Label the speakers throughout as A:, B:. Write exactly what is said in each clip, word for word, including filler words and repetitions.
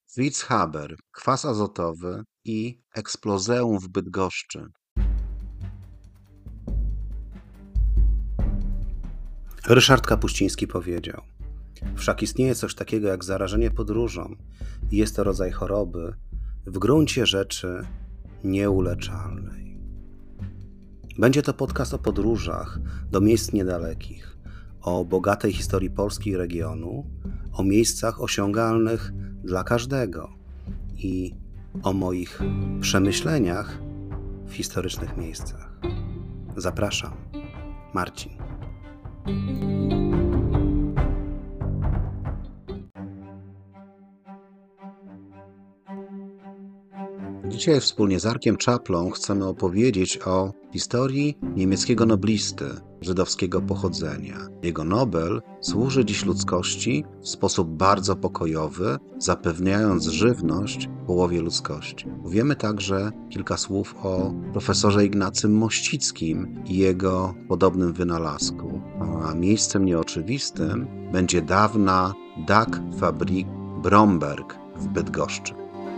A: Fritz Haber, kwas azotowy i eksplozeum w Bydgoszczy. Ryszard Kapuściński powiedział: wszak istnieje coś takiego jak zarażenie podróżą i jest to rodzaj choroby w gruncie rzeczy nieuleczalnej. Będzie to podcast o podróżach do miejsc niedalekich, o bogatej historii Polski i regionu, o miejscach osiągalnych dla każdego i o moich przemyśleniach w historycznych miejscach. Zapraszam, Marcin. Dzisiaj wspólnie z Arkiem Czaplą chcemy opowiedzieć o historii niemieckiego noblisty żydowskiego pochodzenia. Jego Nobel służy dziś ludzkości w sposób bardzo pokojowy, zapewniając żywność połowie ludzkości. Powiemy także kilka słów o profesorze Ignacym Mościckim i jego podobnym wynalazku. A miejscem nieoczywistym będzie dawna Dak Fabrik Bromberg w Bydgoszczy.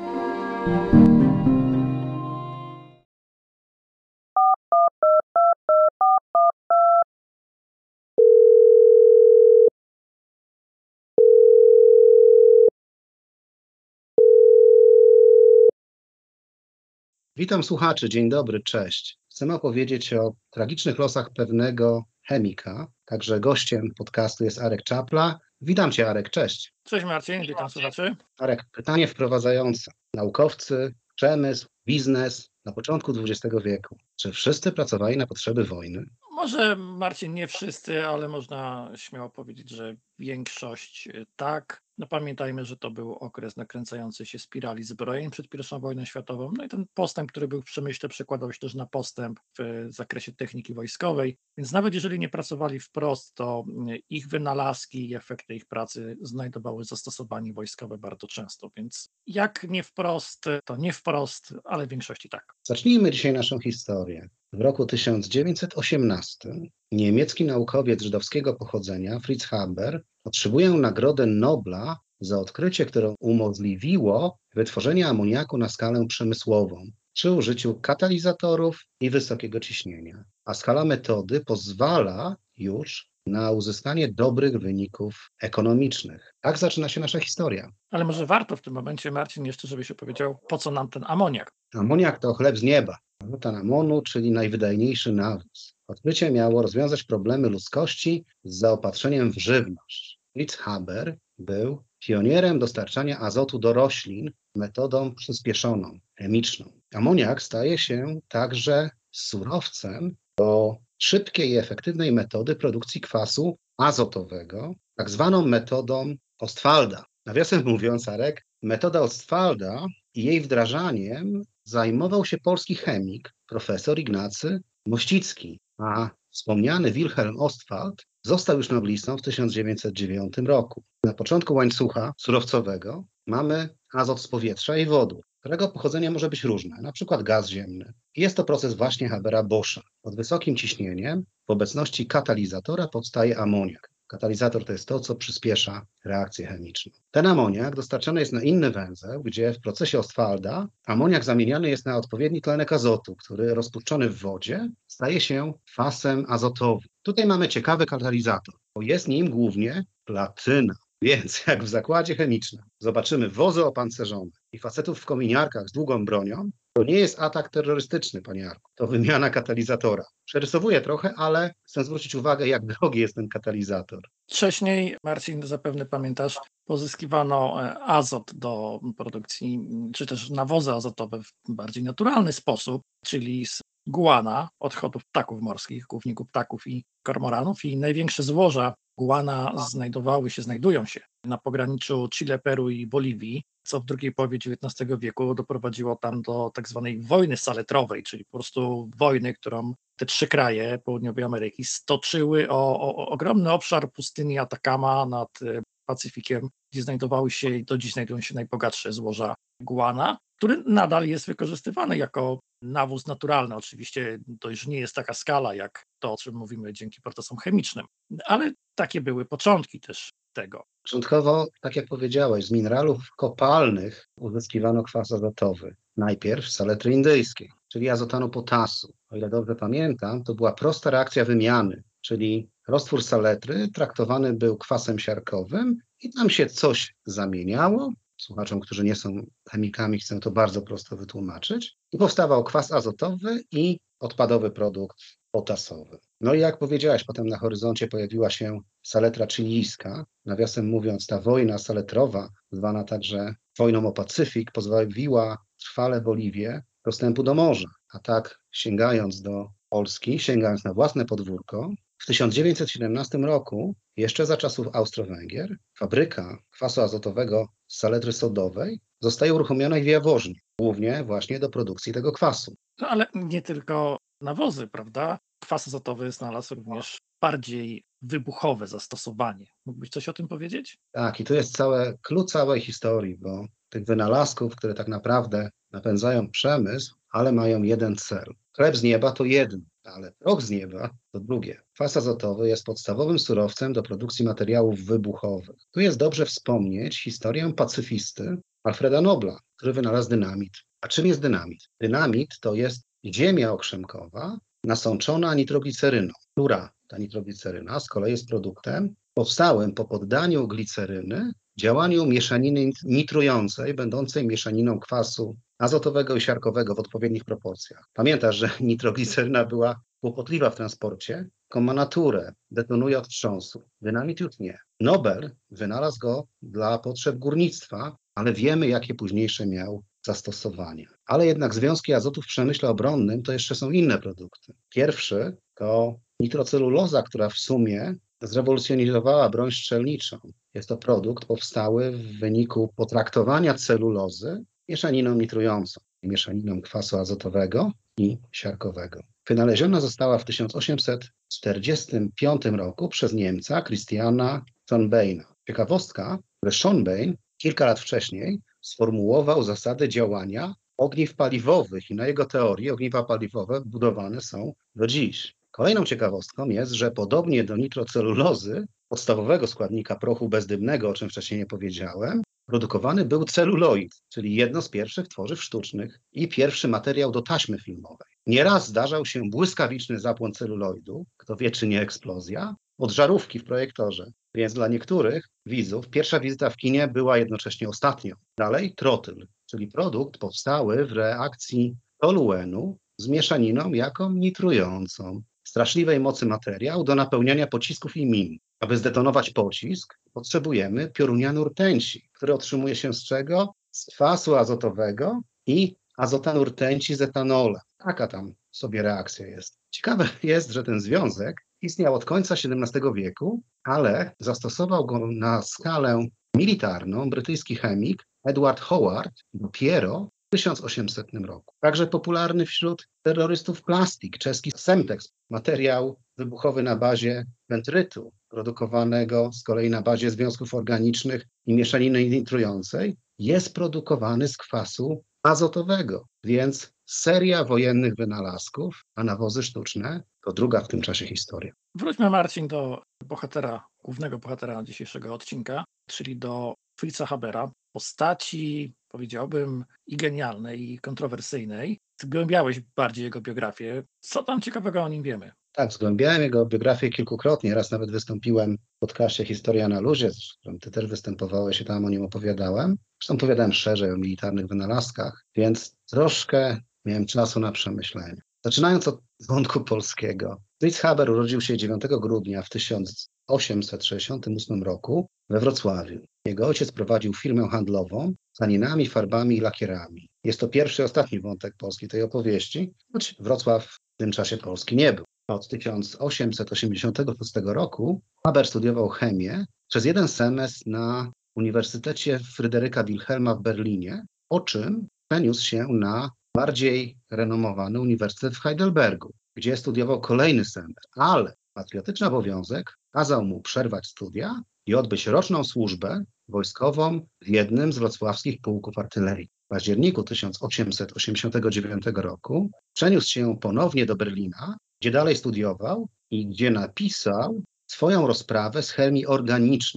A: Witam słuchaczy, dzień dobry, cześć. Chcemy opowiedzieć o tragicznych losach pewnego chemika, także gościem podcastu jest Arek Czapla. Witam Cię, Arek, cześć.
B: Cześć Marcin, witam słuchaczy.
A: Arek, pytanie wprowadzające. Naukowcy, przemysł, biznes na początku dwudziestego wieku. Czy wszyscy pracowali na potrzeby wojny?
B: Może Marcin, nie wszyscy, ale można śmiało powiedzieć, że większość tak. No pamiętajmy, że to był okres nakręcającej się spirali zbrojeń przed pierwszą wojną światową. No i ten postęp, który był w przemyśle, przekładał się też na postęp w zakresie techniki wojskowej. Więc nawet jeżeli nie pracowali wprost, to ich wynalazki i efekty ich pracy znajdowały zastosowanie wojskowe bardzo często. Więc jak nie wprost, to nie wprost, ale w większości tak.
A: Zacznijmy dzisiaj naszą historię. W roku tysiąc dziewięćset osiemnastym niemiecki naukowiec żydowskiego pochodzenia Fritz Haber otrzymuje Nagrodę Nobla za odkrycie, które umożliwiło wytworzenie amoniaku na skalę przemysłową przy użyciu katalizatorów i wysokiego ciśnienia. A skala metody pozwala już na uzyskanie dobrych wyników ekonomicznych. Tak zaczyna się nasza historia.
B: Ale może warto w tym momencie, Marcin, jeszcze żebyś opowiedział, po co nam ten amoniak?
A: Amoniak to chleb z nieba. Waluta amonu, czyli najwydajniejszy nawóz. Odkrycie miało rozwiązać problemy ludzkości z zaopatrzeniem w żywność. Fritz Haber był pionierem dostarczania azotu do roślin metodą przyspieszoną, chemiczną. Amoniak staje się także surowcem do szybkiej i efektywnej metody produkcji kwasu azotowego, tak zwaną metodą Ostwalda. Nawiasem mówiąc, Arek, metoda Ostwalda i jej wdrażaniem zajmował się polski chemik, profesor Ignacy Mościcki, a wspomniany Wilhelm Ostwald został już noblistą w tysiąc dziewięćset dziewiątym roku. Na początku łańcucha surowcowego mamy azot z powietrza i wodór, którego pochodzenie może być różne, na przykład gaz ziemny. Jest to proces właśnie Habera-Boscha. Pod wysokim ciśnieniem w obecności katalizatora powstaje amoniak. Katalizator to jest to, co przyspiesza reakcję chemiczną. Ten amoniak dostarczany jest na inny węzeł, gdzie w procesie Ostwalda amoniak zamieniany jest na odpowiedni tlenek azotu, który rozpuszczony w wodzie staje się kwasem azotowym. Tutaj mamy ciekawy katalizator, bo jest nim głównie platyna. Więc jak w zakładzie chemicznym zobaczymy wozy opancerzone i facetów w kominiarkach z długą bronią, to nie jest atak terrorystyczny, panie Jarku. To wymiana katalizatora. Przerysowuję trochę, ale chcę zwrócić uwagę, jak drogi jest ten katalizator.
B: Wcześniej, Marcin, zapewne pamiętasz, pozyskiwano azot do produkcji, czy też nawozy azotowe w bardziej naturalny sposób, czyli z guana, odchodów ptaków morskich, główników ptaków i kormoranów, i największe złoża guana znajdowały się, znajdują się na pograniczu Chile, Peru i Boliwii, co w drugiej połowie dziewiętnastego wieku doprowadziło tam do tak zwanej wojny saletrowej, czyli po prostu wojny, którą te trzy kraje południowej Ameryki stoczyły o, o, o ogromny obszar pustyni Atacama nad Pacyfikiem, gdzie znajdowały się i do dziś znajdują się najbogatsze złoża guana, który nadal jest wykorzystywany jako nawóz naturalny. Oczywiście to już nie jest taka skala jak to, o czym mówimy dzięki procesom chemicznym, ale takie były początki też tego?
A: Początkowo, tak jak powiedziałeś, z minerałów kopalnych uzyskiwano kwas azotowy. Najpierw z saletry indyjskiej, czyli azotanu potasu. O ile dobrze pamiętam, to była prosta reakcja wymiany, czyli roztwór saletry traktowany był kwasem siarkowym i tam się coś zamieniało. Słuchaczom, którzy nie są chemikami, chcę to bardzo prosto wytłumaczyć. I powstawał kwas azotowy i odpadowy produkt potasowy. No i jak powiedziałaś, potem na horyzoncie pojawiła się saletra chilijska. Nawiasem mówiąc, ta wojna saletrowa, zwana także wojną o Pacyfik, pozbawiła trwale Boliwię dostępu do morza. A tak, sięgając do Polski, sięgając na własne podwórko, w tysiąc dziewięćset siedemnastym roku, jeszcze za czasów Austro-Węgier, fabryka kwasu azotowego z saletry sodowej zostaje uruchomiona w Jaworznie, głównie właśnie do produkcji tego kwasu.
B: No ale nie tylko nawozy, prawda? Kwas azotowy znalazł również bardziej wybuchowe zastosowanie. Mógłbyś coś o tym powiedzieć?
A: Tak, i to jest całe klucz całej historii, bo tych wynalazków, które tak naprawdę napędzają przemysł, ale mają jeden cel. Chleb z nieba to jedno, ale proch z nieba to drugie. Kwas azotowy jest podstawowym surowcem do produkcji materiałów wybuchowych. Tu jest dobrze wspomnieć historię pacyfisty Alfreda Nobla, który wynalazł dynamit. A czym jest dynamit? Dynamit to jest ziemia okrzemkowa nasączona nitrogliceryną, która ta nitrogliceryna z kolei jest produktem powstałym po poddaniu gliceryny działaniu mieszaniny nitrującej, będącej mieszaniną kwasu azotowego i siarkowego w odpowiednich proporcjach. Pamiętasz, że nitrogliceryna była kłopotliwa w transporcie, tylko ma naturę, detonuje od wstrząsu. Dynamit już nie. Nobel wynalazł go dla potrzeb górnictwa, ale wiemy, jakie późniejsze miał zastosowania. Ale jednak związki azotu w przemyśle obronnym to jeszcze są inne produkty. Pierwszy to nitroceluloza, która w sumie zrewolucjonizowała broń strzelniczą. Jest to produkt powstały w wyniku potraktowania celulozy mieszaniną nitrującą, mieszaniną kwasu azotowego i siarkowego. Wynaleziona została w tysiąc osiemset czterdziestym piątym roku przez Niemca Christiana Schonbeina. Ciekawostka, że Schonbein kilka lat wcześniej sformułował zasady działania ogniw paliwowych i na jego teorii ogniwa paliwowe budowane są do dziś. Kolejną ciekawostką jest, że podobnie do nitrocelulozy, podstawowego składnika prochu bezdymnego, o czym wcześniej nie powiedziałem, produkowany był celuloid, czyli jedno z pierwszych tworzyw sztucznych i pierwszy materiał do taśmy filmowej. Nieraz zdarzał się błyskawiczny zapłon celuloidu, kto wie, czy nie eksplozja, od żarówki w projektorze. Więc dla niektórych widzów pierwsza wizyta w kinie była jednocześnie ostatnią. Dalej trotyl, czyli produkt powstały w reakcji toluenu z mieszaniną jaką nitrującą. Straszliwej mocy materiał do napełniania pocisków i min. Aby zdetonować pocisk, potrzebujemy piorunianu rtęci, który otrzymuje się z czego? Z kwasu azotowego i azotanu rtęci z etanolem. Taka tam sobie reakcja jest. Ciekawe jest, że ten związek istniał od końca siedemnastego wieku, ale zastosował go na skalę militarną brytyjski chemik Edward Howard dopiero w tysiąc osiemsetnym roku. Także popularny wśród terrorystów plastik, czeski Semtex, materiał wybuchowy na bazie wętrytu, produkowanego z kolei na bazie związków organicznych i mieszaniny nitrującej, jest produkowany z kwasu azotowego, więc seria wojennych wynalazków, a nawozy sztuczne to druga w tym czasie historia.
B: Wróćmy, Marcin, do bohatera, głównego bohatera dzisiejszego odcinka, czyli do Fritza Habera, postaci, powiedziałbym, i genialnej, i kontrowersyjnej. Zgłębiałeś bardziej jego biografię. Co tam ciekawego o nim wiemy?
A: Tak, zgłębiałem jego biografię kilkukrotnie. Raz nawet wystąpiłem w podcaście Historia na luzie, z którym ty też występowałeś i tam o nim opowiadałem. Zresztą opowiadałem szerzej o militarnych wynalazkach, więc troszkę miałem czasu na przemyślenie. Zaczynając od wątku polskiego. Fritz Haber urodził się dziewiątego grudnia w tysiąc osiemset sześćdziesiątym ósmym roku we Wrocławiu. Jego ojciec prowadził firmę handlową tkaninami, farbami i lakierami. Jest to pierwszy i ostatni wątek polski tej opowieści, choć Wrocław w tym czasie Polski nie był. Od tysiąc osiemset osiemdziesiątego szóstego roku Haber studiował chemię przez jeden semestr na Uniwersytecie Fryderyka Wilhelma w Berlinie, po czym przeniósł się na bardziej renomowany Uniwersytet w Heidelbergu, gdzie studiował kolejny semestr, ale patriotyczny obowiązek kazał mu przerwać studia i odbyć roczną służbę wojskową w jednym z wrocławskich pułków artylerii. W październiku tysiąc osiemset osiemdziesiątego dziewiątego roku przeniósł się ponownie do Berlina, gdzie dalej studiował i gdzie napisał swoją rozprawę z chemii organicznej,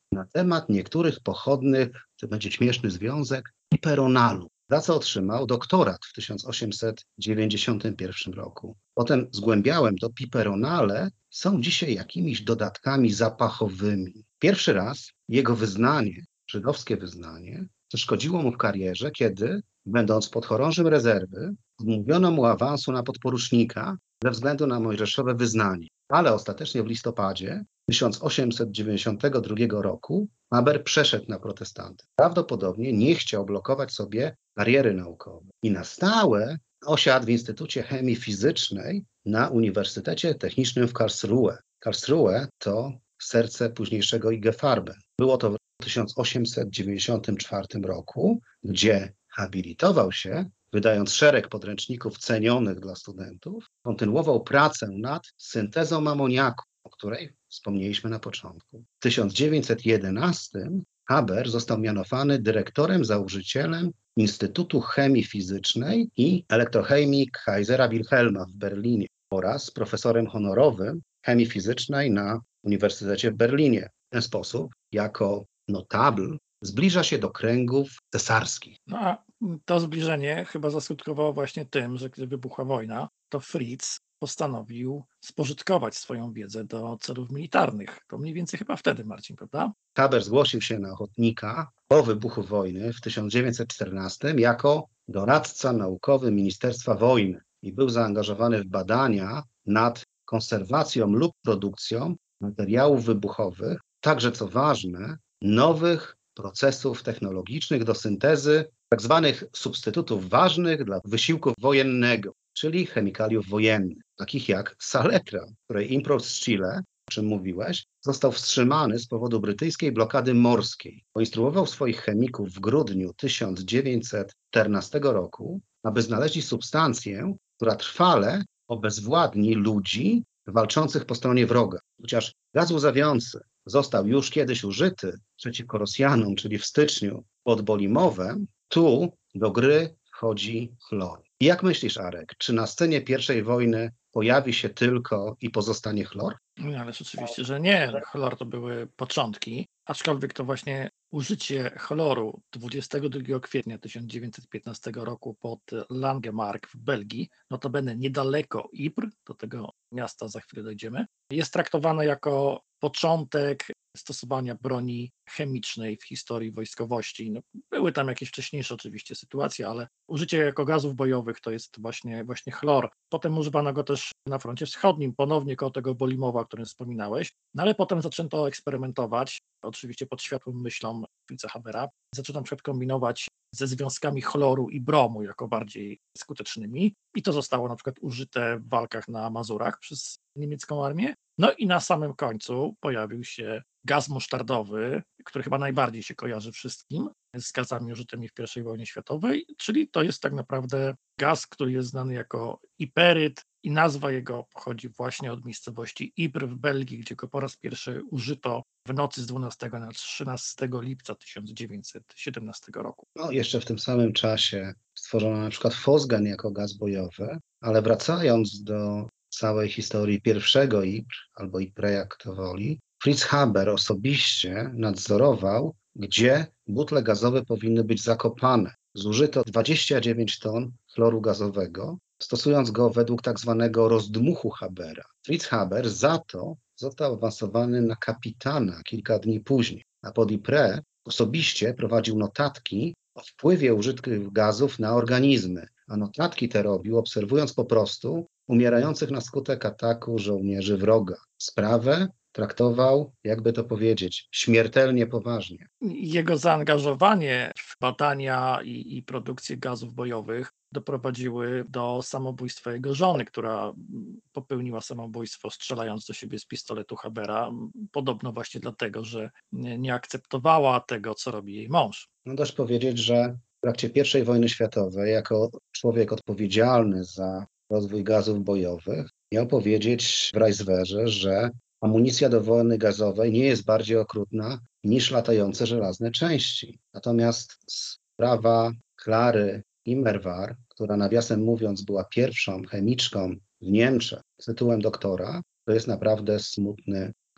A: na temat niektórych pochodnych, to będzie śmieszny związek, piperonalu. Za co otrzymał doktorat w tysiąc osiemset dziewięćdziesiątym pierwszym roku. Potem zgłębiałem to, piperonale są dzisiaj jakimiś dodatkami zapachowymi. Pierwszy raz jego wyznanie, żydowskie wyznanie, przeszkodziło mu w karierze, kiedy, będąc podchorążym rezerwy, odmówiono mu awansu na podporucznika ze względu na mojżeszowe wyznanie. Ale ostatecznie w listopadzie tysiąc osiemset dziewięćdziesiątego drugiego roku Haber przeszedł na protestantę. Prawdopodobnie nie chciał blokować sobie kariery naukowej i na stałe osiadł w Instytucie Chemii Fizycznej na Uniwersytecie Technicznym w Karlsruhe. Karlsruhe to serce późniejszego I G Farben. Było to w tysiąc osiemset dziewięćdziesiątym czwartym roku, gdzie habilitował się, wydając szereg podręczników cenionych dla studentów, kontynuował pracę nad syntezą amoniaku, o której wspomnieliśmy na początku. W tysiąc dziewięćset jedenastym Haber został mianowany dyrektorem, założycielem Instytutu Chemii Fizycznej i Elektrochemii Kaisera Wilhelma w Berlinie oraz profesorem honorowym chemii fizycznej na Uniwersytecie w Berlinie. W ten sposób, jako notabl, zbliża się do kręgów cesarskich.
B: No a to zbliżenie chyba zaskutkowało właśnie tym, że gdy wybuchła wojna, to Fritz postanowił spożytkować swoją wiedzę do celów militarnych. To mniej więcej chyba wtedy, Marcin, prawda?
A: Haber zgłosił się na ochotnika po wybuchu wojny w tysiąc dziewięćset czternastym jako doradca naukowy Ministerstwa Wojny i był zaangażowany w badania nad konserwacją lub produkcją materiałów wybuchowych, także co ważne, nowych procesów technologicznych do syntezy tak zwanych substytutów ważnych dla wysiłku wojennego, czyli chemikaliów wojennych, takich jak salekra, której import z Chile, o czym mówiłeś, został wstrzymany z powodu brytyjskiej blokady morskiej. Poinstruował swoich chemików w grudniu tysiąc dziewięćset czternastego roku, aby znaleźli substancję, która trwale obezwładni ludzi walczących po stronie wroga. Chociaż gaz łzawiący został już kiedyś użyty przeciwko Rosjanom, czyli w styczniu pod Bolimowem, tu do gry wchodzi chlor. I jak myślisz, Arek, czy na scenie pierwszej wojny pojawi się tylko i pozostanie chlor?
B: No, ale oczywiście, że nie. Chlor to były początki, aczkolwiek to właśnie użycie chloru dwudziestego drugiego kwietnia tysiąc dziewięćset piętnastego roku pod Langemark w Belgii, notabene niedaleko Ypres, do tego miasta za chwilę dojdziemy, jest traktowane jako początek stosowania broni chemicznej w historii wojskowości. No, były tam jakieś wcześniejsze oczywiście sytuacje, ale użycie jako gazów bojowych to jest właśnie, właśnie chlor. Potem używano go też na froncie wschodnim, ponownie koło tego Bolimowa, o którym wspominałeś, no ale potem zaczęto eksperymentować, oczywiście pod światłą myślą Fritza Habera. Zaczęto na przykład kombinować ze związkami chloru i bromu jako bardziej skutecznymi i to zostało na przykład użyte w walkach na Mazurach przez niemiecką armię. No i na samym końcu pojawił się gaz musztardowy, który chyba najbardziej się kojarzy wszystkim z gazami użytymi w pierwszej wojnie światowej, czyli to jest tak naprawdę gaz, który jest znany jako iperyt i nazwa jego pochodzi właśnie od miejscowości Ypres w Belgii, gdzie go po raz pierwszy użyto w nocy z dwunastego na trzynastego lipca tysiąc dziewięćset siedemnastego roku.
A: No, jeszcze w tym samym czasie stworzono na przykład fosgen jako gaz bojowy, ale wracając do całej historii pierwszego Ypres, albo Ypres jak kto woli, Fritz Haber osobiście nadzorował, gdzie butle gazowe powinny być zakopane. Zużyto dwadzieścia dziewięć ton chloru gazowego, stosując go według tak zwanego rozdmuchu Habera. Fritz Haber za to został awansowany na kapitana kilka dni później, a pod Ypres osobiście prowadził notatki o wpływie użytych gazów na organizmy, a notatki te robił obserwując po prostu umierających na skutek ataku żołnierzy wroga. Sprawę traktował, jakby to powiedzieć, śmiertelnie poważnie.
B: Jego zaangażowanie w badania i, i produkcję gazów bojowych doprowadziły do samobójstwa jego żony, która popełniła samobójstwo strzelając do siebie z pistoletu Habera, podobno właśnie dlatego, że nie, nie akceptowała tego, co robi jej mąż.
A: No dość powiedzieć, że w trakcie pierwszej wojny światowej, jako człowiek odpowiedzialny za rozwój gazów bojowych, miał powiedzieć w Reichswehrze, że amunicja do wojny gazowej nie jest bardziej okrutna niż latające żelazne części. Natomiast sprawa Klary Immerwahr, która nawiasem mówiąc była pierwszą chemiczką w Niemczech z tytułem doktora, to jest naprawdę smutny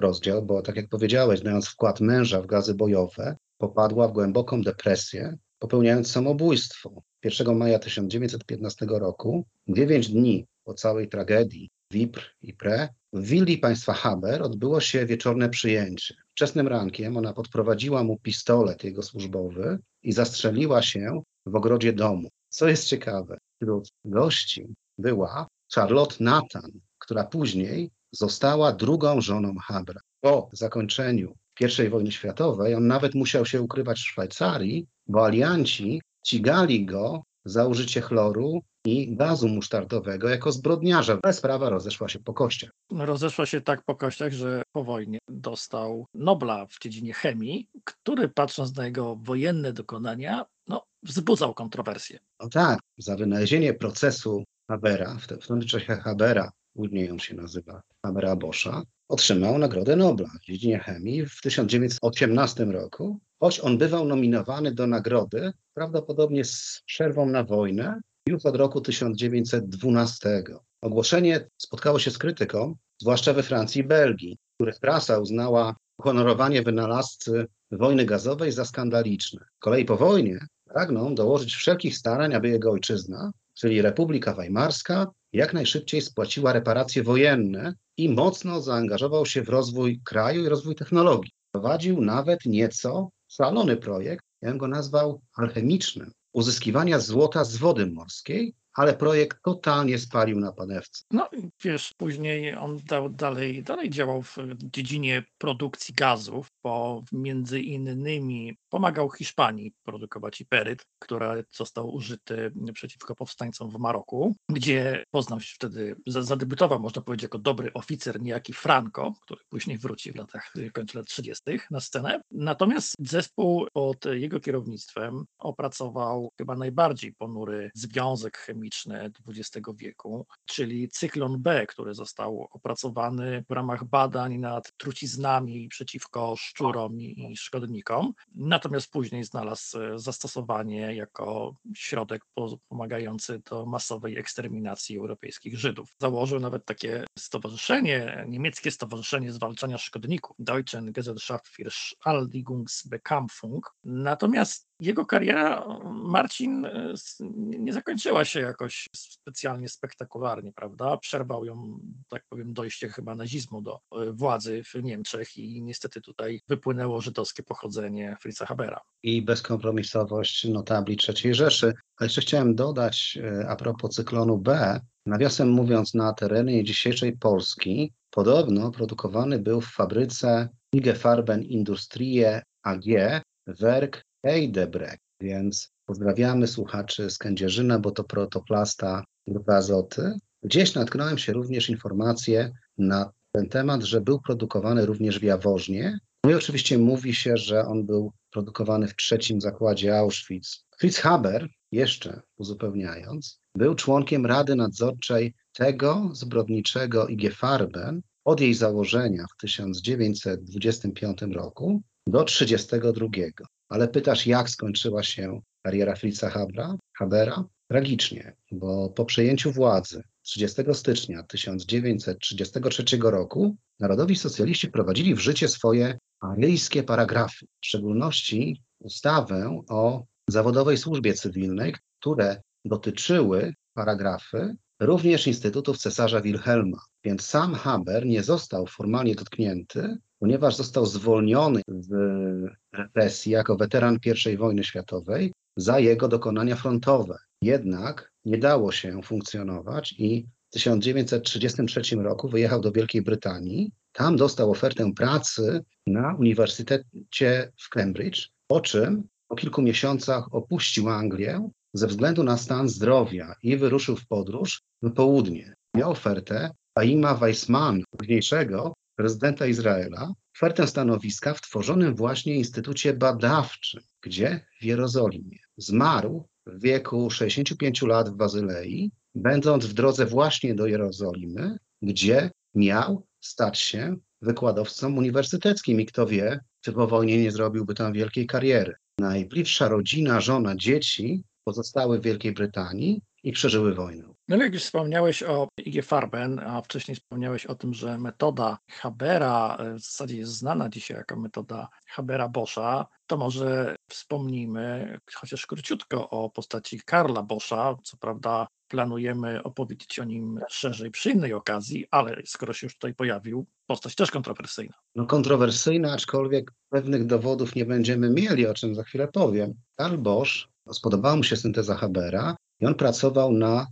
A: rozdział, bo tak jak powiedziałeś, znając wkład męża w gazy bojowe, popadła w głęboką depresję, popełniając samobójstwo. pierwszego maja tysiąc dziewięćset piętnastego roku, dziewięć dni po całej tragedii w Ypres i Ypres, w willi państwa Haber odbyło się wieczorne przyjęcie. Wczesnym rankiem ona podprowadziła mu pistolet jego służbowy i zastrzeliła się w ogrodzie domu. Co jest ciekawe, wśród gości była Charlotte Nathan, która później została drugą żoną Habera. Po zakończeniu pierwszej wojny światowej on nawet musiał się ukrywać w Szwajcarii, bo alianci ścigali go za użycie chloru i gazu musztardowego jako zbrodniarza. Ta sprawa rozeszła się po kościach.
B: Rozeszła się tak po kościach, że po wojnie dostał Nobla w dziedzinie chemii, który patrząc na jego wojenne dokonania, no, wzbudzał kontrowersje.
A: No tak, za wynalezienie procesu Habera, w, te, w tym czasie Habera, później on się nazywa Habera Boscha, otrzymał Nagrodę Nobla w dziedzinie chemii w tysiąc dziewięćset osiemnastym roku, choć on bywał nominowany do nagrody, prawdopodobnie z przerwą na wojnę, już od roku tysiąc dziewięćset dwunastego. Ogłoszenie spotkało się z krytyką, zwłaszcza we Francji i Belgii, których prasa uznała uhonorowanie wynalazcy wojny gazowej za skandaliczne. Z kolei po wojnie pragną dołożyć wszelkich starań, aby jego ojczyzna, czyli Republika Weimarska, jak najszybciej spłaciła reparacje wojenne i mocno zaangażował się w rozwój kraju i rozwój technologii. Prowadził nawet nieco szalony projekt, ja bym go nazwał alchemicznym, uzyskiwania złota z wody morskiej, ale projekt totalnie spalił na panewce.
B: No i wiesz, później on dał dalej, dalej działał w dziedzinie produkcji gazów, bo między innymi pomagał Hiszpanii produkować iperyt, który został użyty przeciwko powstańcom w Maroku, gdzie poznał się wtedy, zadebiutował, można powiedzieć, jako dobry oficer, niejaki Franco, który później wróci w latach, końcu lat trzydziestych na scenę. Natomiast zespół pod jego kierownictwem opracował chyba najbardziej ponury związek chemiczny dwudziestego wieku, czyli cyklon B, który został opracowany w ramach badań nad truciznami przeciwko szczurom i szkodnikom. Natomiast później znalazł zastosowanie jako środek pomagający do masowej eksterminacji europejskich Żydów. Założył nawet takie stowarzyszenie, niemieckie Stowarzyszenie Zwalczania Szkodników, Deutschen Gesellschaft für Schädlingsbekämpfung. Natomiast jego kariera, Marcin, nie zakończyła się jakoś specjalnie spektakularnie, prawda? Przerwał ją, tak powiem, dojście chyba nazizmu do władzy w Niemczech i niestety tutaj wypłynęło żydowskie pochodzenie Fritza Habera.
A: I bezkompromisowość notabli trzeciej Rzeszy. A jeszcze chciałem dodać a propos cyklonu B, nawiasem mówiąc, na terenie dzisiejszej Polski podobno produkowany był w fabryce I G Farben Industrie A G Werk Heidebreck, więc pozdrawiamy słuchaczy z Kędzierzyna, bo to protoplasta grupy azoty. Gdzieś natknąłem się również informacje na ten temat, że był produkowany również w Jaworznie. No i oczywiście mówi się, że on był produkowany w trzecim zakładzie Auschwitz. Fritz Haber, jeszcze uzupełniając, był członkiem Rady Nadzorczej tego zbrodniczego I G Farben od jej założenia w tysiąc dziewięćset dwudziestym piątym roku do trzydziestego drugiego. Ale pytasz, jak skończyła się kariera Fritza Habera? Habera? Tragicznie, bo po przejęciu władzy trzydziestego stycznia tysiąc dziewięćset trzydziestego trzeciego roku narodowi socjaliści wprowadzili w życie swoje aryjskie paragrafy, w szczególności ustawę o zawodowej służbie cywilnej, które dotyczyły paragrafy również instytutów cesarza Wilhelma. Więc sam Haber nie został formalnie dotknięty, ponieważ został zwolniony z represji jako weteran pierwszej wojny światowej za jego dokonania frontowe. Jednak nie dało się funkcjonować i w tysiąc dziewięćset trzydziestym trzecim roku wyjechał do Wielkiej Brytanii. Tam dostał ofertę pracy na Uniwersytecie w Cambridge, po czym po kilku miesiącach opuścił Anglię ze względu na stan zdrowia i wyruszył w podróż w południe. Miał ofertę Chaima Weizmana, późniejszego prezydenta Izraela, ofertę stanowiska w tworzonym właśnie Instytucie Badawczym, gdzie w Jerozolimie. Zmarł w wieku sześćdziesięciu pięciu lat w Bazylei, będąc w drodze właśnie do Jerozolimy, gdzie miał stać się wykładowcą uniwersyteckim i kto wie, czy po wojnie nie zrobiłby tam wielkiej kariery. Najbliższa rodzina, żona, dzieci pozostały w Wielkiej Brytanii, i przeżyły wojnę.
B: No ale jak już wspomniałeś o I G Farben, a wcześniej wspomniałeś o tym, że metoda Habera e, w zasadzie jest znana dzisiaj jako metoda Habera-Boscha, to może wspomnijmy chociaż króciutko o postaci Karla Boscha. Co prawda planujemy opowiedzieć o nim szerzej przy innej okazji, ale skoro się już tutaj pojawił, postać też kontrowersyjna.
A: No kontrowersyjna, aczkolwiek pewnych dowodów nie będziemy mieli, o czym za chwilę powiem. Karl Bosch, no, spodobała mu się synteza Habera i on pracował na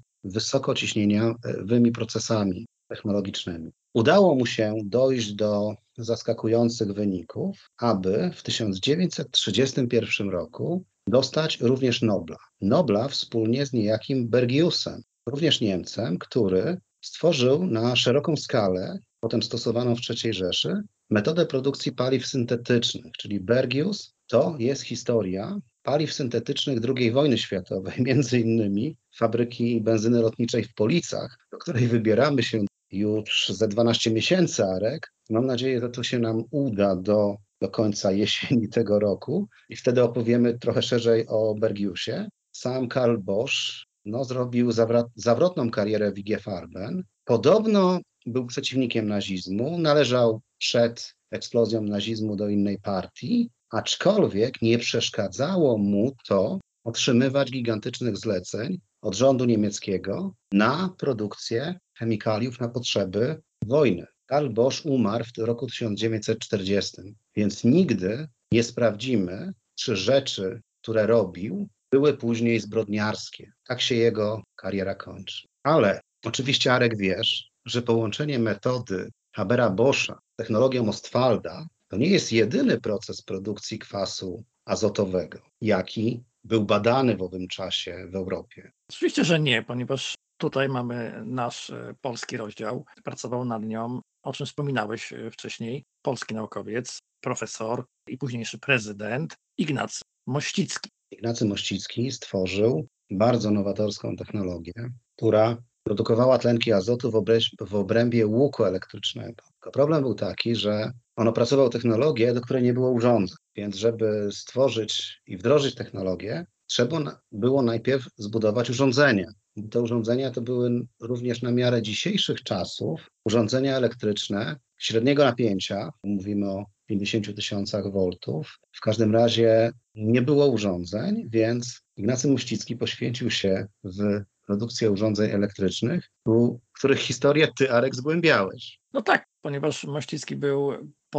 A: wysokociśnieniowymi procesami technologicznymi. Udało mu się dojść do zaskakujących wyników, aby w tysiąc dziewięćset trzydziestym pierwszym roku dostać również Nobla. Nobla wspólnie z niejakim Bergiusem, również Niemcem, który stworzył na szeroką skalę, potem stosowaną w trzeciej Rzeszy, metodę produkcji paliw syntetycznych, czyli Bergius to jest historia paliw syntetycznych drugiej wojny światowej, między innymi fabryki benzyny lotniczej w Policach, do której wybieramy się już ze dwanaście miesięcy, Arek. Mam nadzieję, że to się nam uda do, do końca jesieni tego roku i wtedy opowiemy trochę szerzej o Bergiusie. Sam Karl Bosch no, zrobił zawra- zawrotną karierę w I G Farben. Podobno był przeciwnikiem nazizmu, należał przed eksplozją nazizmu do innej partii, aczkolwiek nie przeszkadzało mu to otrzymywać gigantycznych zleceń od rządu niemieckiego na produkcję chemikaliów na potrzeby wojny. Karl Bosch umarł w roku tysiąc dziewięćset czterdziestym, więc nigdy nie sprawdzimy, czy rzeczy, które robił, były później zbrodniarskie. Tak się jego kariera kończy. Ale oczywiście, Arek, wiesz, że połączenie metody Habera-Boscha z technologią Ostwalda to nie jest jedyny proces produkcji kwasu azotowego, jaki był badany w owym czasie w Europie.
B: Oczywiście, że nie, ponieważ tutaj mamy nasz e, polski rozdział. Pracował nad nią, o czym wspominałeś e, wcześniej, polski naukowiec, profesor i późniejszy prezydent Ignacy Mościcki.
A: Ignacy Mościcki stworzył bardzo nowatorską technologię, która produkowała tlenki azotu w, obręb- w obrębie łuku elektrycznego. Tylko problem był taki, że on opracował technologię, do której nie było urządzeń. Więc żeby stworzyć i wdrożyć technologię, trzeba na- było najpierw zbudować urządzenia. Te urządzenia to były również na miarę dzisiejszych czasów urządzenia elektryczne średniego napięcia, mówimy o pięćdziesięciu tysiącach voltów. W każdym razie nie było urządzeń, więc Ignacy Mościcki poświęcił się w produkcję urządzeń elektrycznych, u których historię ty, Arek, zgłębiałeś.
B: No tak, ponieważ Mościcki był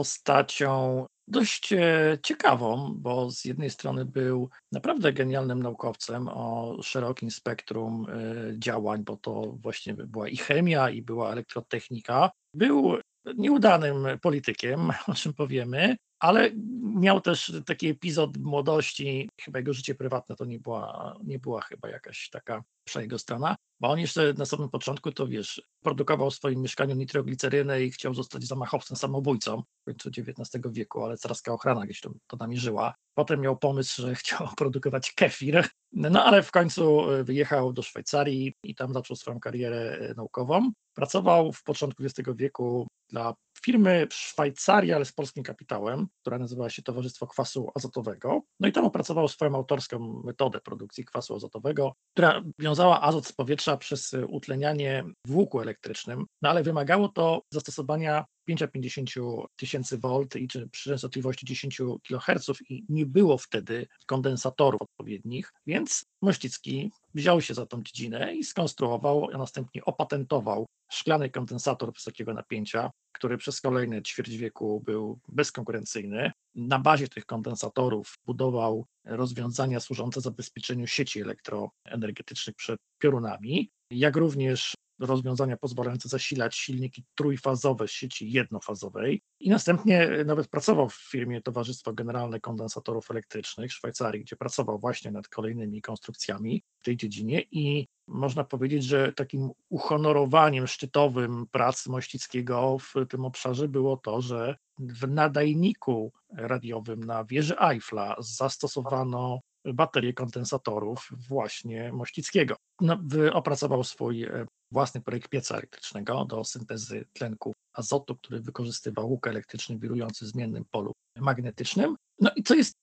B: postacią dość e, ciekawą, bo z jednej strony był naprawdę genialnym naukowcem o szerokim spektrum e, działań, bo to właśnie była i chemia, i była elektrotechnika. Był nieudanym politykiem, o czym powiemy, ale miał też taki epizod młodości, chyba jego życie prywatne to nie była, nie była chyba jakaś taka psza jego strona, bo on jeszcze na samym początku, to wiesz, produkował w swoim mieszkaniu nitroglicerynę i chciał zostać zamachowcem, samobójcą w końcu dziewiętnastego wieku, ale carska ochrona gdzieś to, to namierzyła. Potem miał pomysł, że chciał produkować kefir, no ale w końcu wyjechał do Szwajcarii i tam zaczął swoją karierę naukową. Pracował w początku dwudziestego wieku dla firmy w Szwajcarii, ale z polskim kapitałem, która nazywała się Towarzystwo Kwasu Azotowego. No i tam opracował swoją autorską metodę produkcji kwasu azotowego, która wiązała azot z powietrza przez utlenianie w łuku elektrycznym, no ale wymagało to zastosowania pięćset pięćdziesiąt tysięcy volt i czy przy częstotliwości dziesięć kiloherców i nie było wtedy kondensatorów odpowiednich, więc Mościcki wziął się za tą dziedzinę i skonstruował, a następnie opatentował szklany kondensator wysokiego napięcia, który przez kolejne ćwierć wieku był bezkonkurencyjny. Na bazie tych kondensatorów budował rozwiązania służące zabezpieczeniu sieci elektroenergetycznych przed piorunami, jak również rozwiązania pozwalające zasilać silniki trójfazowe z sieci jednofazowej i następnie nawet pracował w firmie Towarzystwo Generalne Kondensatorów Elektrycznych w Szwajcarii, gdzie pracował właśnie nad kolejnymi konstrukcjami w tej dziedzinie i można powiedzieć, że takim uhonorowaniem szczytowym pracy Mościckiego w tym obszarze było to, że w nadajniku radiowym na wieży Eiffla zastosowano baterię kondensatorów właśnie Mościckiego. No, opracował swój własny projekt pieca elektrycznego do syntezy tlenku azotu, który wykorzystywał łuk elektryczny wirujący w zmiennym polu magnetycznym. No i co jest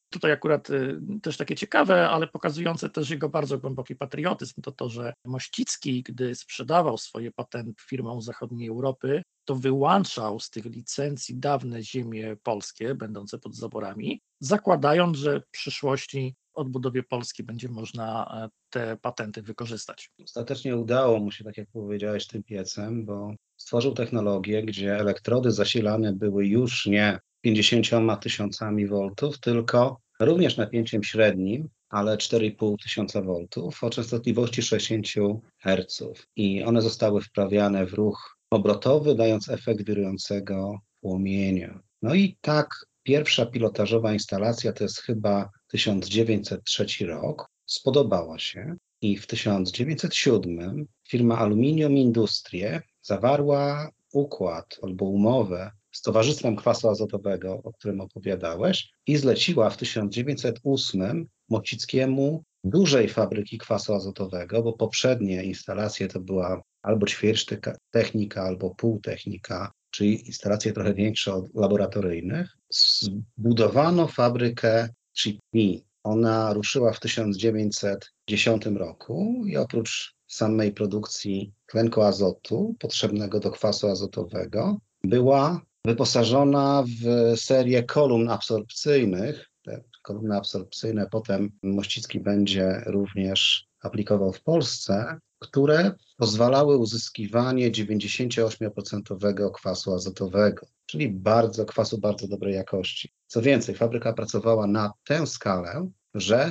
B: Tutaj akurat y, też takie ciekawe, ale pokazujące też jego bardzo głęboki patriotyzm, to to, że Mościcki, gdy sprzedawał swoje patenty firmom zachodniej Europy, to wyłączał z tych licencji dawne ziemie polskie, będące pod zaborami, zakładając, że w przyszłości odbudowie Polski będzie można e, te patenty wykorzystać.
A: Ostatecznie udało mu się, tak jak powiedziałeś, tym piecem, bo stworzył technologię, gdzie elektrody zasilane były już nie pięćdziesięcioma tysiącami voltów, tylko również napięciem średnim, ale cztery i pół tysiąca voltów o częstotliwości sześćdziesiąt herców. I one zostały wprawiane w ruch obrotowy, dając efekt wirującego płomienia. No i tak pierwsza pilotażowa instalacja, to jest chyba tysiąc dziewięćset trzeci rok, spodobała się i w tysiąc dziewięćset siódmym firma Aluminium Industrie zawarła układ albo umowę z Towarzystwem Kwasu Azotowego, o którym opowiadałeś, i zleciła w tysiąc dziewięćset ósmym Mocickiemu dużej fabryki kwasu azotowego, bo poprzednie instalacje to była albo ćwierć technika, albo półtechnika, czyli instalacje trochę większe od laboratoryjnych. Zbudowano fabrykę Chipmi. Ona ruszyła w tysiąc dziewięćset dziesiątym roku i oprócz samej produkcji tlenku azotu potrzebnego do kwasu azotowego była wyposażona w serię kolumn absorpcyjnych. Te kolumny absorpcyjne potem Mościcki będzie również aplikował w Polsce, które pozwalały uzyskiwanie dziewięćdziesiąt osiem procent kwasu azotowego, czyli bardzo kwasu bardzo dobrej jakości. Co więcej, fabryka pracowała na tę skalę, że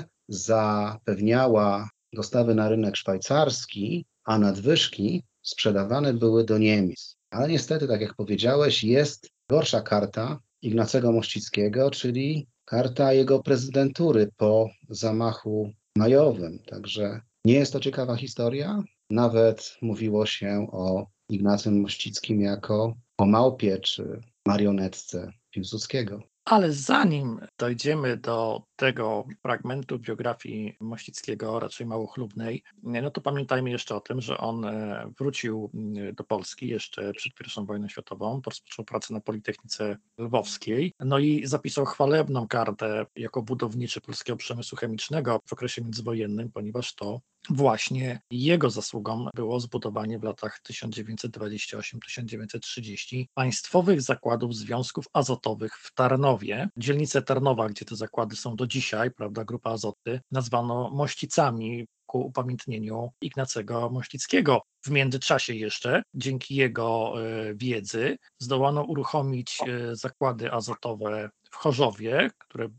A: zapewniała dostawy na rynek szwajcarski, a nadwyżki sprzedawane były do Niemiec. Ale niestety, tak jak powiedziałeś, jest gorsza karta Ignacego Mościckiego, czyli karta jego prezydentury po zamachu majowym. Także nie jest to ciekawa historia. Nawet mówiło się o Ignacym Mościckim jako o małpie czy marionetce Piłsudskiego.
B: Ale zanim dojdziemy do tego fragmentu biografii Mościckiego, raczej mało chlubnej, no to pamiętajmy jeszcze o tym, że on wrócił do Polski jeszcze przed pierwszą wojną światową, rozpoczął pracę na Politechnice Lwowskiej, no i zapisał chwalebną kartę jako budowniczy polskiego przemysłu chemicznego w okresie międzywojennym, ponieważ to właśnie jego zasługą było zbudowanie w latach tysiąc dziewięćset dwudziestym ósmym do tysiąc dziewięćset trzydziestego państwowych zakładów związków azotowych w Tarnowie. Dzielnicę Tarnowa, gdzie te zakłady są do dzisiaj, prawda, Grupa Azoty, nazwano Mościcami ku upamiętnieniu Ignacego Mościckiego. W międzyczasie jeszcze, dzięki jego y, wiedzy, zdołano uruchomić y, zakłady azotowe w Chorzowie, które y,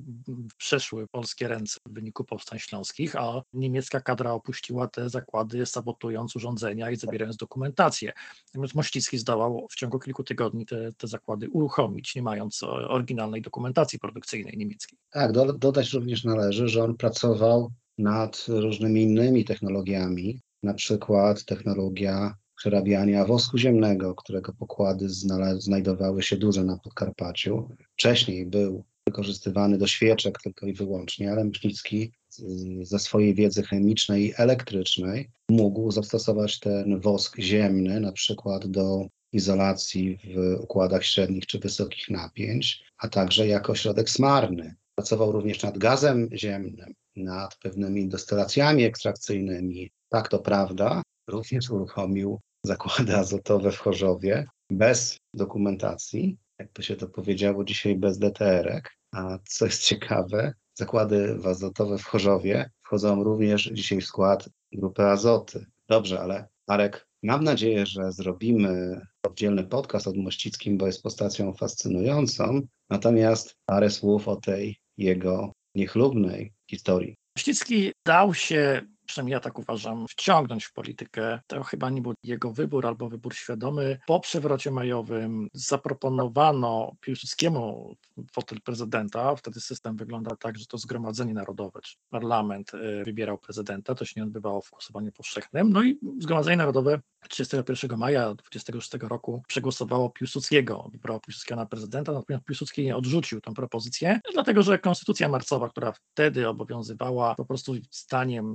B: przeszły w polskie ręce w wyniku powstań śląskich, a niemiecka kadra opuściła te zakłady, sabotując urządzenia i zabierając dokumentację. Natomiast Mościcki zdołał w ciągu kilku tygodni te, te zakłady uruchomić, nie mając oryginalnej dokumentacji produkcyjnej niemieckiej.
A: Tak, do, dodać również należy, że on pracował nad różnymi innymi technologiami, na przykład technologia przerabiania wosku ziemnego, którego pokłady znajdowały się duże na Podkarpaciu. Wcześniej był wykorzystywany do świeczek tylko i wyłącznie, ale Mościcki ze swojej wiedzy chemicznej i elektrycznej mógł zastosować ten wosk ziemny na przykład do izolacji w układach średnich czy wysokich napięć, a także jako środek smarny. Pracował również nad gazem ziemnym, nad pewnymi destylacjami ekstrakcyjnymi. Tak, to prawda, również uruchomił zakłady azotowe w Chorzowie bez dokumentacji, jakby się to powiedziało dzisiaj, bez D T R ek. A co jest ciekawe, zakłady azotowe w Chorzowie wchodzą również dzisiaj w skład Grupy Azoty. Dobrze, ale Marek, mam nadzieję, że zrobimy oddzielny podcast o Mościckim, bo jest postacią fascynującą, natomiast parę słów o tej jego niechlubnej historii.
B: Mościcki dał się, przynajmniej ja tak uważam, wciągnąć w politykę. To chyba nie był jego wybór albo wybór świadomy. Po przewrocie majowym zaproponowano Piłsudskiemu fotel prezydenta. Wtedy system wyglądał tak, że to Zgromadzenie Narodowe, czy parlament wybierał prezydenta. To się nie odbywało w głosowaniu powszechnym. No i Zgromadzenie Narodowe trzydziestego pierwszego maja dwudziestego szóstego roku przegłosowało Piłsudskiego, wybrało Piłsudskiego na prezydenta, natomiast Piłsudski odrzucił tę propozycję, dlatego że konstytucja marcowa, która wtedy obowiązywała, po prostu zdaniem Piłsudskiego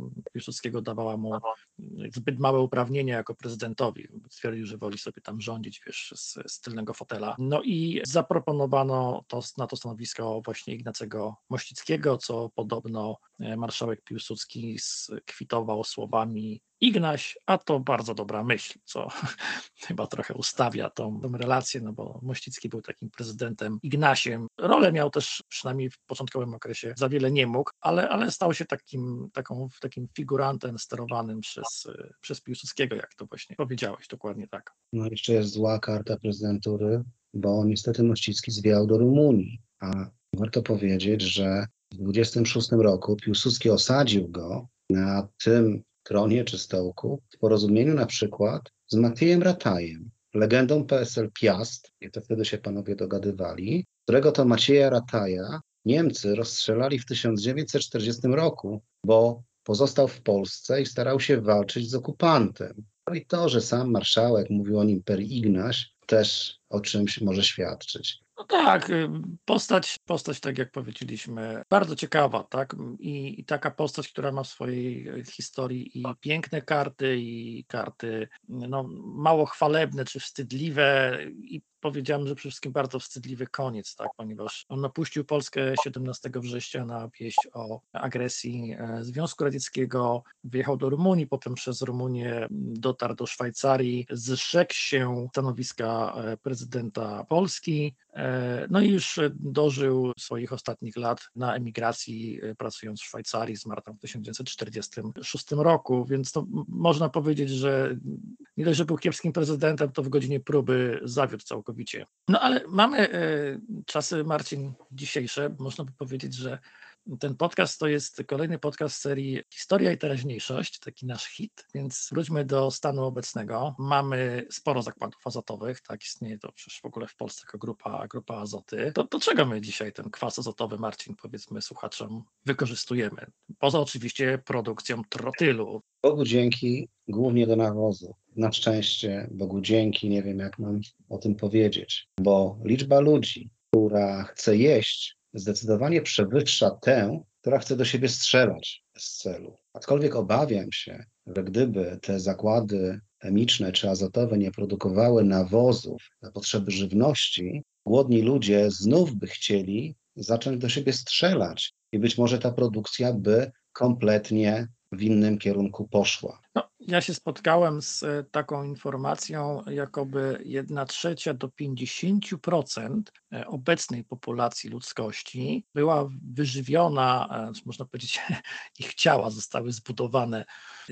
B: Piłsudskiego dawała mu zbyt małe uprawnienia jako prezydentowi. Stwierdził, że woli sobie tam rządzić, wiesz, z, z tylnego fotela. No i zaproponowano to, na to stanowisko właśnie Ignacego Mościckiego, co podobno marszałek Piłsudski skwitował słowami: Ignaś, a to bardzo dobra myśl, co chyba trochę ustawia tą, tą relację, no bo Mościcki był takim prezydentem Ignasiem. Rolę miał też, przynajmniej w początkowym okresie, za wiele nie mógł, ale, ale stał się takim, taką, takim figurantem sterowanym przez, przez Piłsudskiego, jak to właśnie powiedziałeś, dokładnie tak.
A: No jeszcze jest zła karta prezydentury, bo niestety Mościcki zwiał do Rumunii, a warto powiedzieć, że w dwudziestym szóstym roku Piłsudski osadził go na tym tronie czy stołku w porozumieniu na przykład z Maciejem Ratajem, legendą P S L Piast, i to wtedy się panowie dogadywali, którego to Macieja Rataja Niemcy rozstrzelali w tysiąc dziewięćset czterdziestym roku, bo pozostał w Polsce i starał się walczyć z okupantem. No i to, że sam marszałek mówił o nim per Ignaś, też o czymś może świadczyć.
B: No tak, postać, postać, tak jak powiedzieliśmy, bardzo ciekawa, tak? I, I taka postać, która ma w swojej historii i piękne karty, i karty no, mało chwalebne czy wstydliwe, i powiedziałem, że przede wszystkim bardzo wstydliwy koniec, tak? Ponieważ on opuścił Polskę siedemnastego września na wieść o agresji Związku Radzieckiego, wyjechał do Rumunii, potem przez Rumunię dotarł do Szwajcarii, zrzekł się stanowiska prezydenta Polski, no i już dożył swoich ostatnich lat na emigracji, pracując w Szwajcarii, zmarł tam w tysiąc dziewięćset czterdziestym szóstym roku, więc to można powiedzieć, że nie dość, że był kiepskim prezydentem, to w godzinie próby zawiódł całkowicie. No ale mamy czasy, Marcin, dzisiejsze, można by powiedzieć, że ten podcast to jest kolejny podcast z serii Historia i teraźniejszość, taki nasz hit, więc wróćmy do stanu obecnego. Mamy sporo zakładów azotowych, tak, istnieje to przecież w ogóle w Polsce jako grupa, grupa Azoty. To do czego my dzisiaj ten kwas azotowy, Marcin, powiedzmy słuchaczom, wykorzystujemy? Poza oczywiście produkcją trotylu.
A: Bogu dzięki, głównie do nawozu. Na szczęście, Bogu dzięki, nie wiem jak mam o tym powiedzieć, bo liczba ludzi, która chce jeść, zdecydowanie przewyższa tę, która chce do siebie strzelać bez celu. Aczkolwiek obawiam się, że gdyby te zakłady chemiczne czy azotowe nie produkowały nawozów na potrzeby żywności, głodni ludzie znów by chcieli zacząć do siebie strzelać i być może ta produkcja by kompletnie w innym kierunku poszła.
B: No, ja się spotkałem z taką informacją, jakoby jedna trzecia do pięćdziesięciu procent obecnej populacji ludzkości była wyżywiona, można powiedzieć, ich ciała zostały zbudowane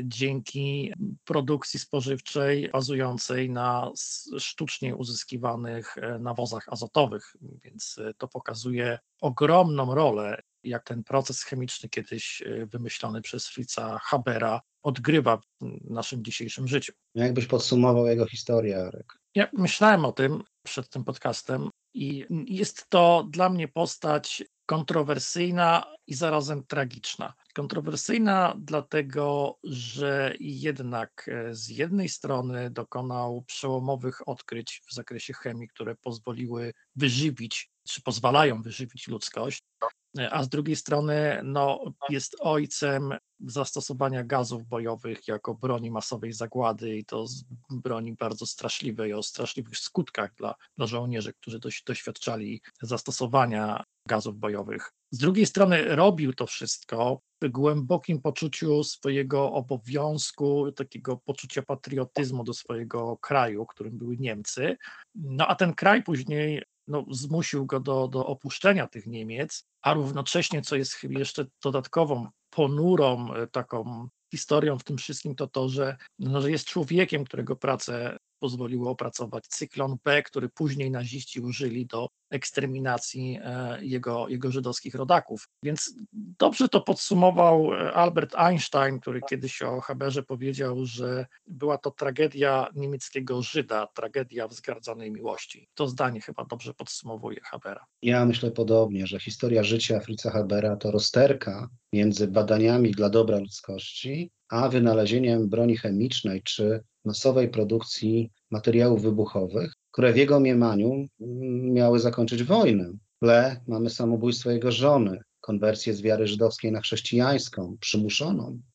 B: dzięki produkcji spożywczej bazującej na sztucznie uzyskiwanych nawozach azotowych, więc to pokazuje ogromną rolę, jak ten proces chemiczny kiedyś wymyślony przez Fritza Habera odgrywa w naszym dzisiejszym życiu.
A: Jakbyś podsumował jego historię, Arek?
B: Ja myślałem o tym przed tym podcastem i jest to dla mnie postać kontrowersyjna i zarazem tragiczna. Kontrowersyjna dlatego, że jednak z jednej strony dokonał przełomowych odkryć w zakresie chemii, które pozwoliły wyżywić, czy pozwalają wyżywić ludzkość, a z drugiej strony no, jest ojcem zastosowania gazów bojowych jako broni masowej zagłady i to z broni bardzo straszliwej, o straszliwych skutkach dla, dla żołnierzy, którzy doś, doświadczali zastosowania gazów bojowych. Z drugiej strony robił to wszystko w głębokim poczuciu swojego obowiązku, takiego poczucia patriotyzmu do swojego kraju, którym były Niemcy. No a ten kraj później no, zmusił go do, do opuszczenia tych Niemiec, a równocześnie, co jest jeszcze dodatkową, ponurą taką historią w tym wszystkim, to to, że, no, że jest człowiekiem, którego pracę pozwoliło opracować cyklon B, który później naziści użyli do eksterminacji jego, jego żydowskich rodaków. Więc dobrze to podsumował Albert Einstein, który kiedyś o Haberze powiedział, że była to tragedia niemieckiego Żyda, tragedia wzgardzanej miłości. To zdanie chyba dobrze podsumowuje Habera.
A: Ja myślę podobnie, że historia życia Fritza Habera to rozterka między badaniami dla dobra ludzkości, a wynalezieniem broni chemicznej czy masowej produkcji materiałów wybuchowych, które w jego mniemaniu miały zakończyć wojnę. W tle mamy samobójstwo jego żony, konwersję z wiary żydowskiej na chrześcijańską, przymuszoną.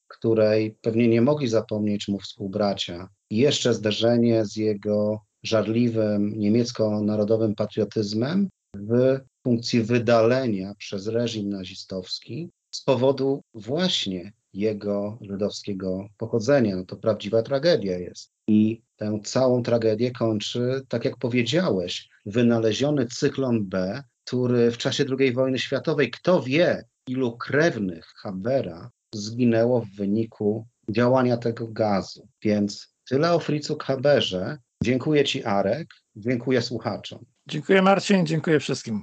A: której pewnie nie mogli zapomnieć mu współbracia. I jeszcze zderzenie z jego żarliwym niemiecko-narodowym patriotyzmem w funkcji wydalenia przez reżim nazistowski z powodu właśnie jego żydowskiego pochodzenia. No to prawdziwa tragedia jest. I tę całą tragedię kończy, tak jak powiedziałeś, wynaleziony cyklon B, który w czasie drugiej wojny światowej, kto wie, ilu krewnych Habera zginęło w wyniku działania tego gazu. Więc tyle o Fritzu Haberze. Dziękuję Ci, Arek. Dziękuję słuchaczom.
B: Dziękuję, Marcin, dziękuję wszystkim.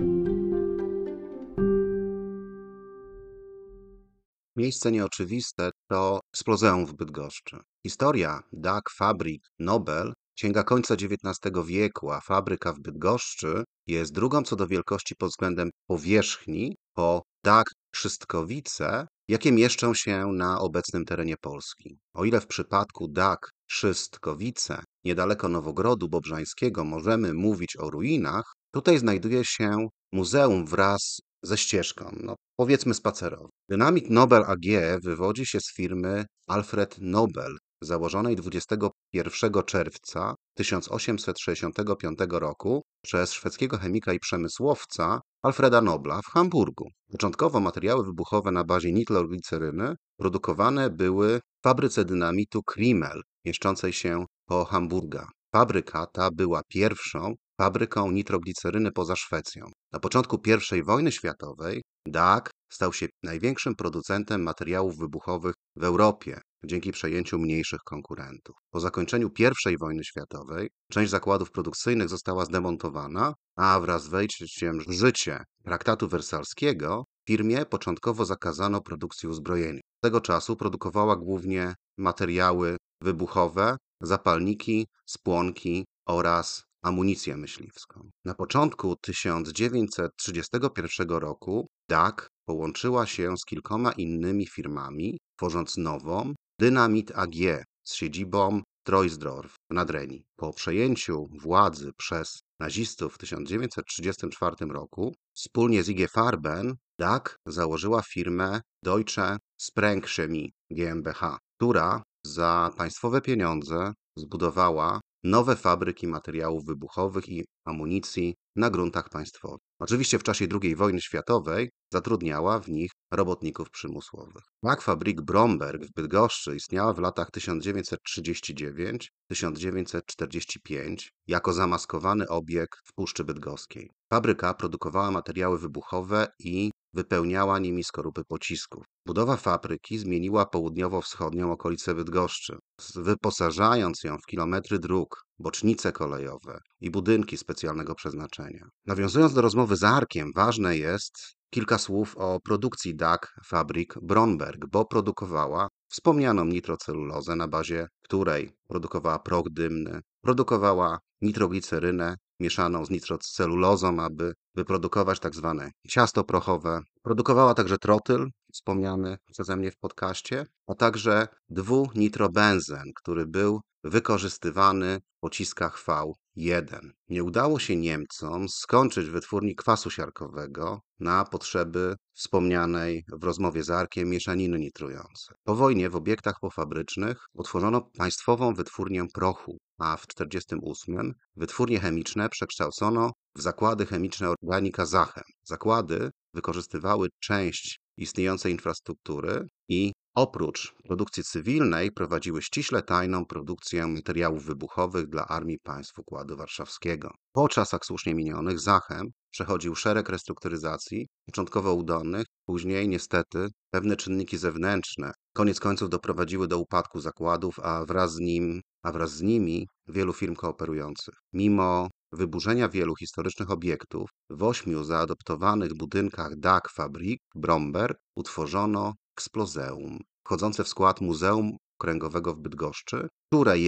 C: Miejsce nieoczywiste to Eksplozeum w Bydgoszczy. Historia Dag Fabrik Nobel sięga końca dziewiętnastego wieku, a fabryka w Bydgoszczy jest drugą co do wielkości pod względem powierzchni po Dag Trzystkowice, jakie mieszczą się na obecnym terenie Polski. O ile w przypadku Dag Trzystkowice, niedaleko Nowogrodu Bobrzańskiego, możemy mówić o ruinach, tutaj znajduje się muzeum wraz ze ścieżką, no powiedzmy spacerową. Dynamit Nobel A G wywodzi się z firmy Alfred Nobel, założonej dwudziestego pierwszego czerwca tysiąc osiemset sześćdziesiątego piątego roku przez szwedzkiego chemika i przemysłowca Alfreda Nobla w Hamburgu. Początkowo materiały wybuchowe na bazie nitrogliceryny produkowane były w fabryce dynamitu Krimmel, mieszczącej się koło Hamburga. Fabryka ta była pierwszą fabryką nitrogliceryny poza Szwecją. Na początku pierwszej wojny światowej Dag stał się największym producentem materiałów wybuchowych w Europie dzięki przejęciu mniejszych konkurentów. Po zakończeniu pierwszej wojny światowej część zakładów produkcyjnych została zdemontowana, a wraz z wejściem w życie traktatu wersalskiego firmie początkowo zakazano produkcji uzbrojenia. Z tego czasu produkowała głównie materiały wybuchowe, zapalniki, spłonki oraz amunicję myśliwską. Na początku tysiąc dziewięćset trzydziestego pierwszego roku Dag połączyła się z kilkoma innymi firmami, tworząc nową Dynamit A G z siedzibą Troisdorf w Nadrenii. Po przejęciu władzy przez nazistów w tysiąc dziewięćset trzydziestym czwartym roku wspólnie z I G Farben Dag założyła firmę Deutsche Sprengchemie GmbH, która za państwowe pieniądze zbudowała nowe fabryki materiałów wybuchowych i amunicji na gruntach państwowych. Oczywiście w czasie drugiej wojny światowej zatrudniała w nich robotników przymusowych. Dag Fabrik Bromberg w Bydgoszczy istniała w latach tysiąc dziewięćset trzydziesty dziewiąty do tysiąc dziewięćset czterdziesty piąty jako zamaskowany obiekt w Puszczy Bydgoskiej. Fabryka produkowała materiały wybuchowe i wypełniała nimi skorupy pocisków. Budowa fabryki zmieniła południowo-wschodnią okolicę Bydgoszczy, wyposażając ją w kilometry dróg, bocznice kolejowe i budynki specjalnego przeznaczenia. Nawiązując do rozmowy z Arkiem, ważne jest kilka słów o produkcji Dag Fabrik Bromberg, bo produkowała wspomnianą nitrocelulozę, na bazie której produkowała proch dymny, produkowała nitroglicerynę mieszaną z nitrocelulozą, aby wyprodukować tak zwane ciasto prochowe. Produkowała także trotyl, wspomniany przeze mnie w podcaście, a także dwunitrobenzen, który był wykorzystywany w pociskach V jeden. Nie udało się Niemcom skończyć wytwórni kwasu siarkowego na potrzeby wspomnianej w rozmowie z Arkiem mieszaniny nitrującej. Po wojnie w obiektach pofabrycznych utworzono państwową wytwórnię prochu, a w tysiąc dziewięćset czterdziestym ósmym wytwórnie chemiczne przekształcono w zakłady chemiczne Organika Zachem. Zakłady wykorzystywały część istniejącej infrastruktury i oprócz produkcji cywilnej prowadziły ściśle tajną produkcję materiałów wybuchowych dla armii państw Układu Warszawskiego. Po czasach słusznie minionych Zachem przechodził szereg restrukturyzacji, początkowo udanych, później niestety pewne czynniki zewnętrzne koniec końców doprowadziły do upadku zakładów, a wraz z nim, a wraz z nimi wielu firm kooperujących. Mimo wyburzenia wielu historycznych obiektów, w ośmiu zaadoptowanych budynkach Dag Fabrik Bromberg utworzono Eksplozeum, wchodzące w skład Muzeum Okręgowego w Bydgoszczy, które jest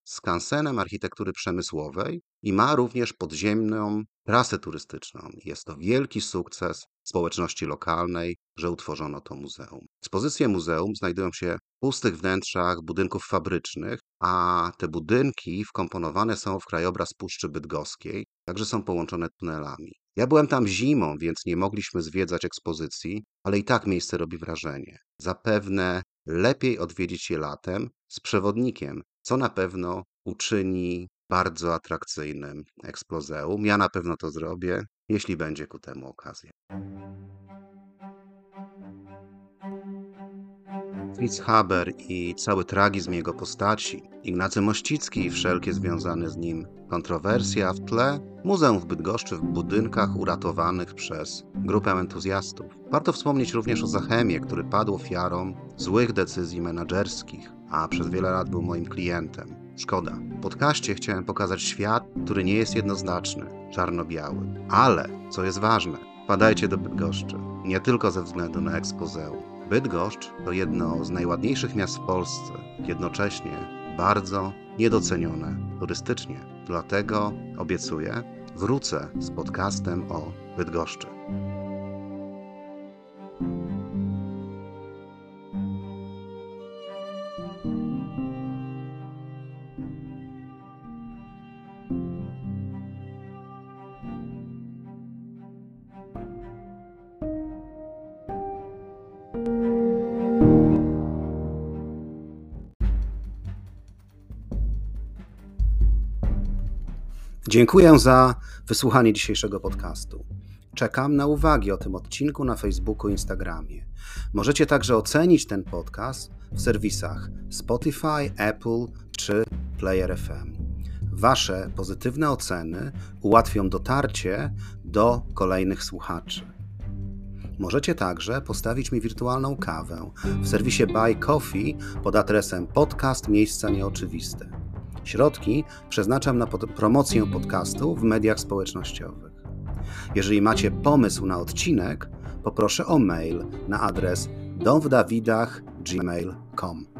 C: skansenem architektury przemysłowej i ma również podziemną trasę turystyczną. Jest to wielki sukces społeczności lokalnej, że utworzono to muzeum. Ekspozycje muzeum znajdują się w pustych wnętrzach budynków fabrycznych, a te budynki wkomponowane są w krajobraz Puszczy Bydgoskiej, także są połączone tunelami. Ja byłem tam zimą, więc nie mogliśmy zwiedzać ekspozycji, ale i tak miejsce robi wrażenie. Zapewne lepiej odwiedzić je latem z przewodnikiem, co na pewno uczyni bardzo atrakcyjnym eksplozeum. Ja na pewno to zrobię, jeśli będzie ku temu okazja. Fritz Haber i cały tragizm jego postaci, Ignacy Mościcki i wszelkie związane z nim kontrowersje, a w tle muzeum w Bydgoszczy w budynkach uratowanych przez grupę entuzjastów. Warto wspomnieć również o Zachemie, który padł ofiarą złych decyzji menadżerskich, a przez wiele lat był moim klientem. Szkoda. W podcaście chciałem pokazać świat, który nie jest jednoznaczny, czarno-biały. Ale, co jest ważne, wpadajcie do Bydgoszczy. Nie tylko ze względu na ekspozeum. Bydgoszcz to jedno z najładniejszych miast w Polsce, jednocześnie bardzo niedocenione turystycznie. Dlatego obiecuję, wrócę z podcastem o Bydgoszczy. Dziękuję za wysłuchanie dzisiejszego podcastu. Czekam na uwagi o tym odcinku na Facebooku i Instagramie. Możecie także ocenić ten podcast w serwisach Spotify, Apple czy Player F M. Wasze pozytywne oceny ułatwią dotarcie do kolejnych słuchaczy. Możecie także postawić mi wirtualną kawę w serwisie Buy Coffee pod adresem podcast Miejsca Nieoczywiste. Środki przeznaczam na pod- promocję podcastu w mediach społecznościowych. Jeżeli macie pomysł na odcinek, poproszę o mail na adres dom w dawidach kropka gmail kropka com.